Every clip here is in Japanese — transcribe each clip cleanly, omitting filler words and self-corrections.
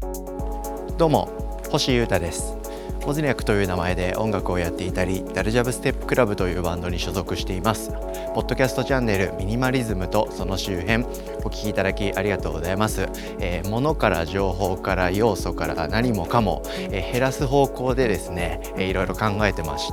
どうも、星優太です。モズニャクという名前で音楽をやっていたり、ダルジャブステップクラブというバンドに所属しています。ポッドキャストチャンネルミニマリズムとその周辺、お聞きいただきありがとうございます。物から情報から要素から何もかも、減らす方向でですね、いろいろ考えてまして、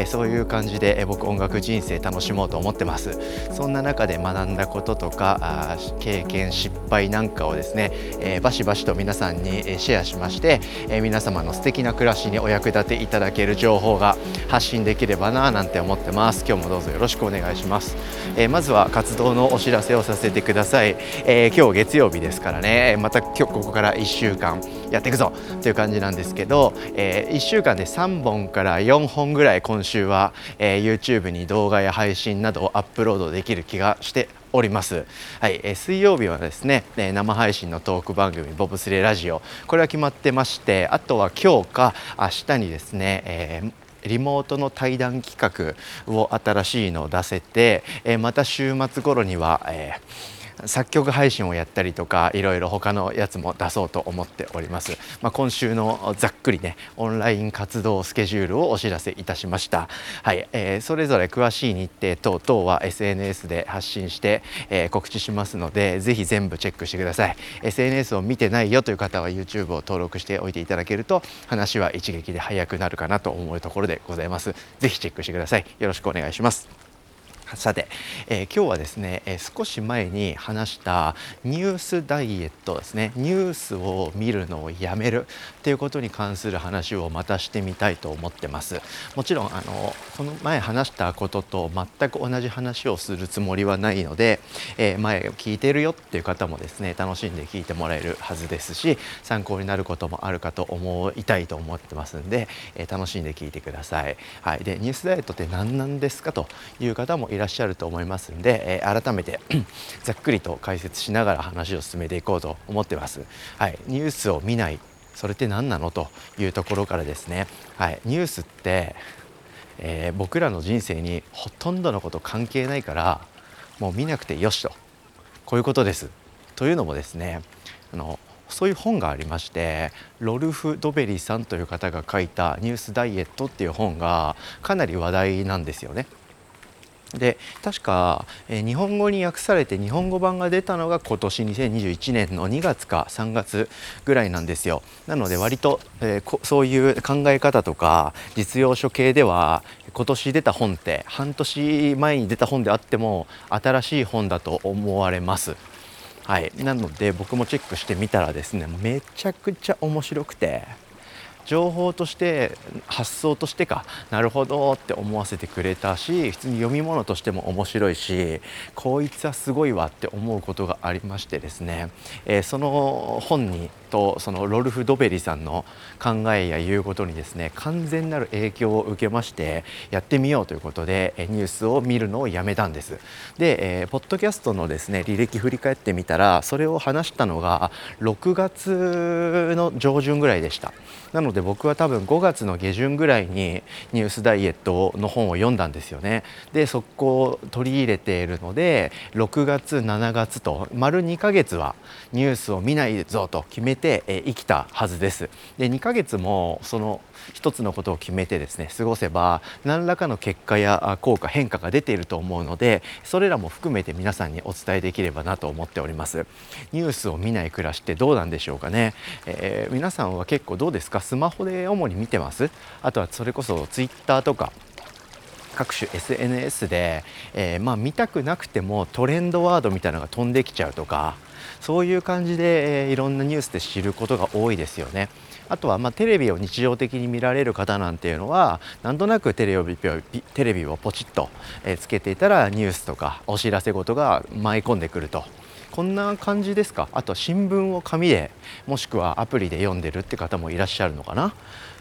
そういう感じで、僕音楽人生楽しもうと思ってます。そんな中で学んだこととか経験失敗なんかをですね、バシバシと皆さんにシェアしまして、皆様の素敵な暮らしにお役立ていただける情報が発信できればななんて思ってます。今日もどうぞよろしくお願いします。まずは活動のお知らせをさせてください。今日月曜日ですからね、また今日ここから1週間やっていくぞという感じなんですけど、1週間で3本から4本ぐらい今週は、YouTube に動画や配信などをアップロードできる気がしております。はい、水曜日はですね、生配信のトーク番組ボブスレーラジオ、これは決まってまして、あとは今日か明日にですね、リモートの対談企画を新しいのを出せて、また週末頃には、作曲配信をやったりとか、いろいろ他のやつも出そうと思っております。今週のざっくりね、オンライン活動スケジュールをお知らせいたしました。はい、それぞれ詳しい日程等々は SNS で発信して、告知しますので、ぜひ全部チェックしてください。SNS を見てないよという方は YouTube を登録しておいていただけると、話は一撃で早くなるかなと思うところでございます。ぜひチェックしてください。よろしくお願いします。さて、今日はですね、少し前に話したニュースダイエットですね、ニュースを見るのをやめるっていうことに関する話をまたしてみたいと思ってます。もちろんこの前話したことと全く同じ話をするつもりはないので、前聞いてるよっていう方もですね、楽しんで聞いてもらえるはずですし、参考になることもあるかと思いたいと思ってますんで、楽しんで聞いてください。はい、でニュースダイエットって何なんですかという方もいらっしゃると思いますので、改めてざっくりと解説しながら話を進めていこうと思ってます。はい、ニュースを見ない、それって何なのというところからですね、はい、ニュースって、僕らの人生にほとんどのこと関係ないからもう見なくてよしと、こういうことです。というのもですね、そういう本がありまして、ロルフ・ドベリさんという方が書いたニュースダイエットっていう本がかなり話題なんですよね。で確か、日本語に訳されて日本語版が出たのが今年2021年の2月か3月ぐらいなんですよ。なので割と、そういう考え方とか実用書系では今年出た本って半年前に出た本であっても新しい本だと思われます。はい、なので僕もチェックしてみたらですね、めちゃくちゃ面白くて、情報として発想としてかなるほどって思わせてくれたし、普通に読み物としても面白いし、こいつはすごいわって思うことがありましてですね、その本にとそのロルフ・ドベリさんの考えや言うことにですね、完全なる影響を受けまして、やってみようということでニュースを見るのをやめたんです。で、ポッドキャストのですね履歴振り返ってみたら、それを話したのが6月の上旬ぐらいでした。なので僕は多分5月の下旬ぐらいにニュースダイエットの本を読んだんですよね。でそこを取り入れているので、6月7月と丸2ヶ月はニュースを見ないぞと決めて生きたはずです。で2ヶ月もその一つのことを決めてですね過ごせば、何らかの結果や効果変化が出ていると思うので、それらも含めて皆さんにお伝えできればなと思っております。ニュースを見ない暮らしってどうなんでしょうかね。皆さんは結構どうですか？スマホで主に見てます？あとはそれこそツイッターとか各種 SNS で、見たくなくてもトレンドワードみたいなのが飛んできちゃうとか、そういう感じで、いろんなニュースで知ることが多いですよね。あとはテレビを日常的に見られる方なんていうのは、なんとなくテレビをポチッとつけていたらニュースとかお知らせ事が舞い込んでくると、こんな感じですか？あと新聞を紙でもしくはアプリで読んでるって方もいらっしゃるのかな。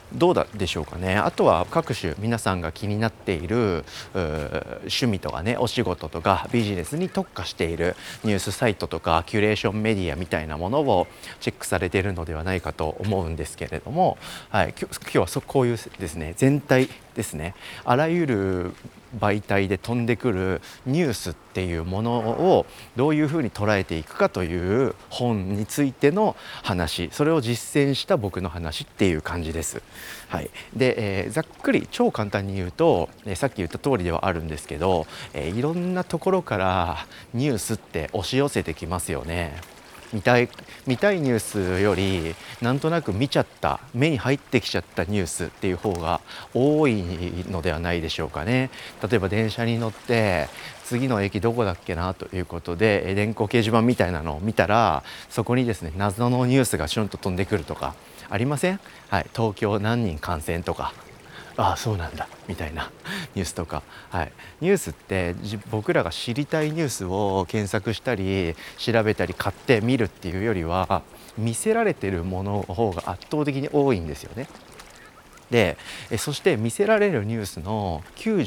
どうだでしょうかね。あとは各種皆さんが気になっている趣味とかね、お仕事とかビジネスに特化しているニュースサイトとかキュレーションメディアみたいなものをチェックされているのではないかと思うんですけれども、今日はこういうですね、全体ですね、あらゆる媒体で飛んでくるニュースっていうものをどういうふうに捉えていくかという本についての話、それを実践した僕の話っていう感じです。で、ざっくり超簡単に言うと、さっき言った通りではあるんですけど、いろんなところからニュースって押し寄せてきますよね。見たいニュースよりなんとなく見ちゃった目に入ってきちゃったニュースっていう方が多いのではないでしょうかね。例えば電車に乗って次の駅どこだっけなということで電光掲示板みたいなのを見たら、そこにですね謎のニュースがシュンと飛んでくるとかありません？東京何人感染とか、ああそうなんだみたいなニュースとか、ニュースって僕らが知りたいニュースを検索したり調べたり買って見るっていうよりは見せられてるものの方が圧倒的に多いんですよね。でそして見せられるニュースの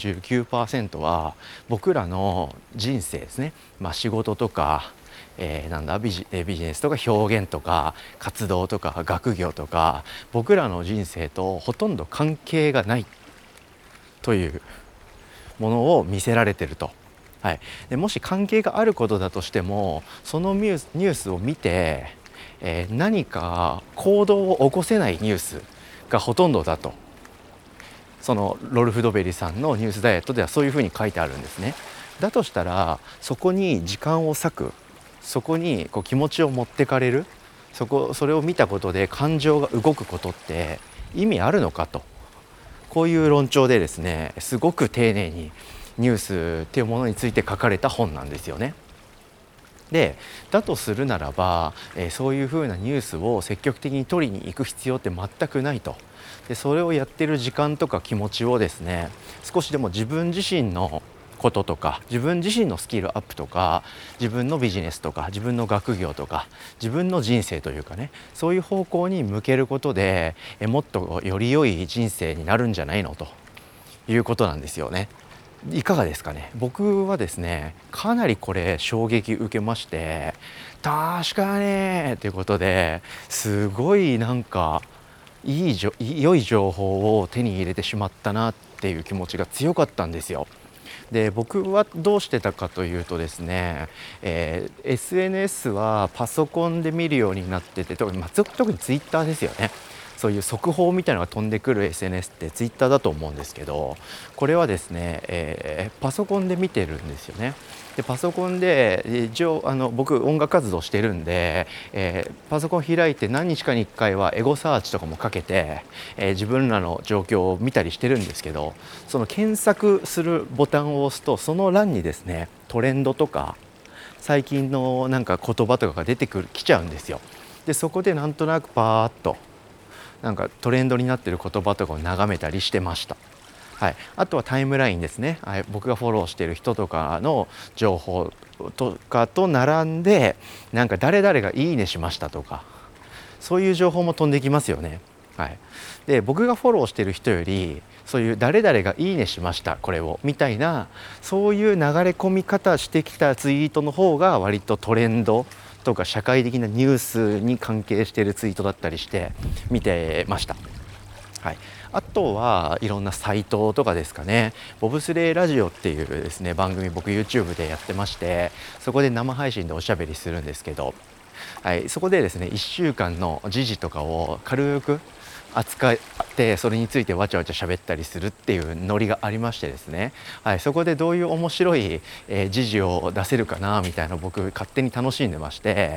99% は僕らの人生ですね、仕事とかビジネスとか表現とか活動とか学業とか僕らの人生とほとんど関係がないというものを見せられていると。でもし関係があることだとしてもそのニュースを見て、何か行動を起こせないニュースがほとんどだと。そのロルフ・ドベリさんのニュースダイエットではそういうふうに書いてあるんですね。だとしたらそこに時間を割く、そこにこう気持ちを持ってかれる、それを見たことで感情が動くことって意味あるのかと、こういう論調でですねすごく丁寧にニュースっていうものについて書かれた本なんですよね。でだとするならば、そういうふうなニュースを積極的に取りに行く必要って全くないと。でそれをやってる時間とか気持ちをですね少しでも自分自身のこととか自分自身のスキルアップとか自分のビジネスとか自分の学業とか自分の人生というかね、そういう方向に向けることでもっとより良い人生になるんじゃないのということなんですよね。いかがですかね。僕はですねかなりこれ衝撃受けまして、確かにということですごいなんか良い情報を手に入れてしまったなっていう気持ちが強かったんですよ。で僕はどうしてたかというとですね、SNS はパソコンで見るようになってて、特にツイッターですよね。そういう速報みたいなのが飛んでくる SNS ってツイッターだと思うんですけど、これはですね、パソコンで見てるんですよね。でパソコンで一応僕音楽活動してるんで、パソコン開いて何日かに1回はエゴサーチとかもかけて、自分らの状況を見たりしてるんですけど、その検索するボタンを押すとその欄にですねトレンドとか最近のなんか言葉とかが来ちゃうんですよ。でそこでなんとなくパーッとなんかトレンドになっている言葉とかを眺めたりしてました。あとはタイムラインですね、僕がフォローしている人とかの情報とかと並んでなんか誰々がいいねしましたとかそういう情報も飛んできますよね。で僕がフォローしている人よりそういう誰々がいいねしましたこれをみたいなそういう流れ込み方してきたツイートの方が割とトレンドとか社会的なニュースに関係しているツイートだったりして見てました。あとはいろんなサイトとかですかね。ボブスレーラジオっていうですね番組僕 YouTube でやってまして、そこで生配信でおしゃべりするんですけど、そこでですね1週間の時事とかを軽く扱ってそれについてわちゃわちゃ喋ったりするっていうノリがありましてですね、そこでどういう面白い、時事を出せるかなみたいな僕勝手に楽しんでまして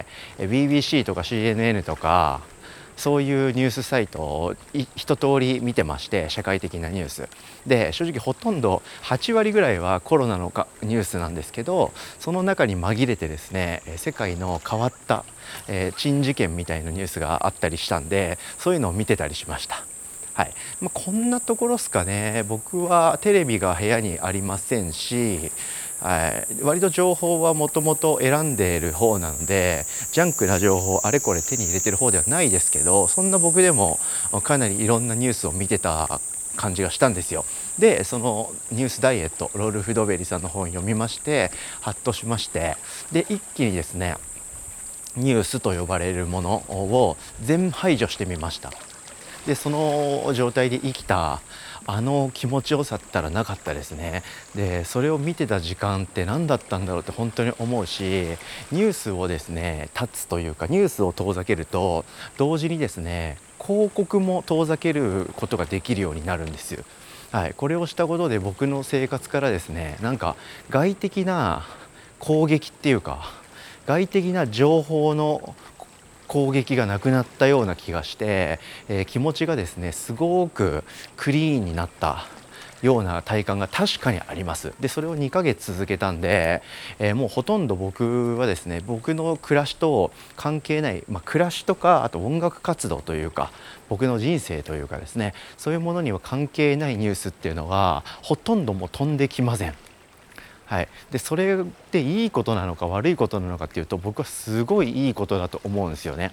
、BBC とか CNN とかそういうニュースサイトを一通り見てまして、社会的なニュースで正直ほとんど8割ぐらいはコロナのニュースなんですけど、その中に紛れてですね世界の変わった、珍事件みたいなニュースがあったりしたんで、そういうのを見てたりしました。こんなところですかね。僕はテレビが部屋にありませんし、 割と情報はもともと選んでいる方なので、ジャンクな情報あれこれ手に入れてる方ではないですけど、そんな僕でもかなりいろんなニュースを見てた感じがしたんですよ。でそのニュースダイエット、ロルフ・ドベリさんの本を読みまして、ハッとしまして、で一気にですねニュースと呼ばれるものを全排除してみました。でその状態で生きたあの気持ちよさったらなかったですね。でそれを見てた時間って何だったんだろうって本当に思うし、ニュースをですね断つというか、ニュースを遠ざけると同時にですね広告も遠ざけることができるようになるんですよ。これをしたことで僕の生活からですね、なんか外的な攻撃っていうか、外的な情報の攻撃がなくなったような気がして、気持ちがですねすごくクリーンになったような体感が確かにあります。でそれを2ヶ月続けたんで、もうほとんど僕はですね、僕の暮らしと関係ない、暮らしとかあと音楽活動というか僕の人生というかですね、そういうものには関係ないニュースっていうのがほとんどもう飛んできません。でそれっていいことなのか悪いことなのかっていうと、僕はすごいいいことだと思うんですよね。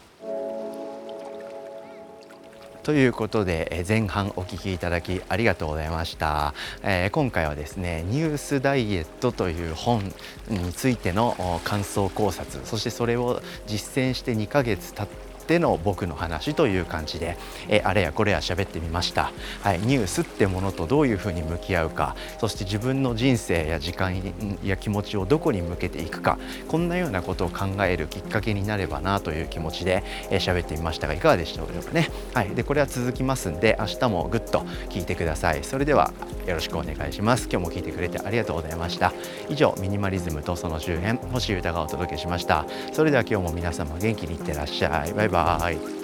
ということで前半お聞きいただきありがとうございました。今回はですねニュースダイエットという本についての感想考察、そしてそれを実践して2ヶ月経っての僕の話という感じで、あれやこれや喋ってみました。ニュースってものとどういうふうに向き合うか、そして自分の人生や時間や気持ちをどこに向けていくか、こんなようなことを考えるきっかけになればなという気持ちで喋ってみましたが、いかがでしたでしょうかね。でこれは続きますんで、明日もぐっと聞いてください。それではよろしくお願いします。今日も聞いてくれてありがとうございました。以上、ミニマリズムとその周辺、星優太がお届けしました。それでは今日も皆様元気にいってらっしゃい。バイバイ。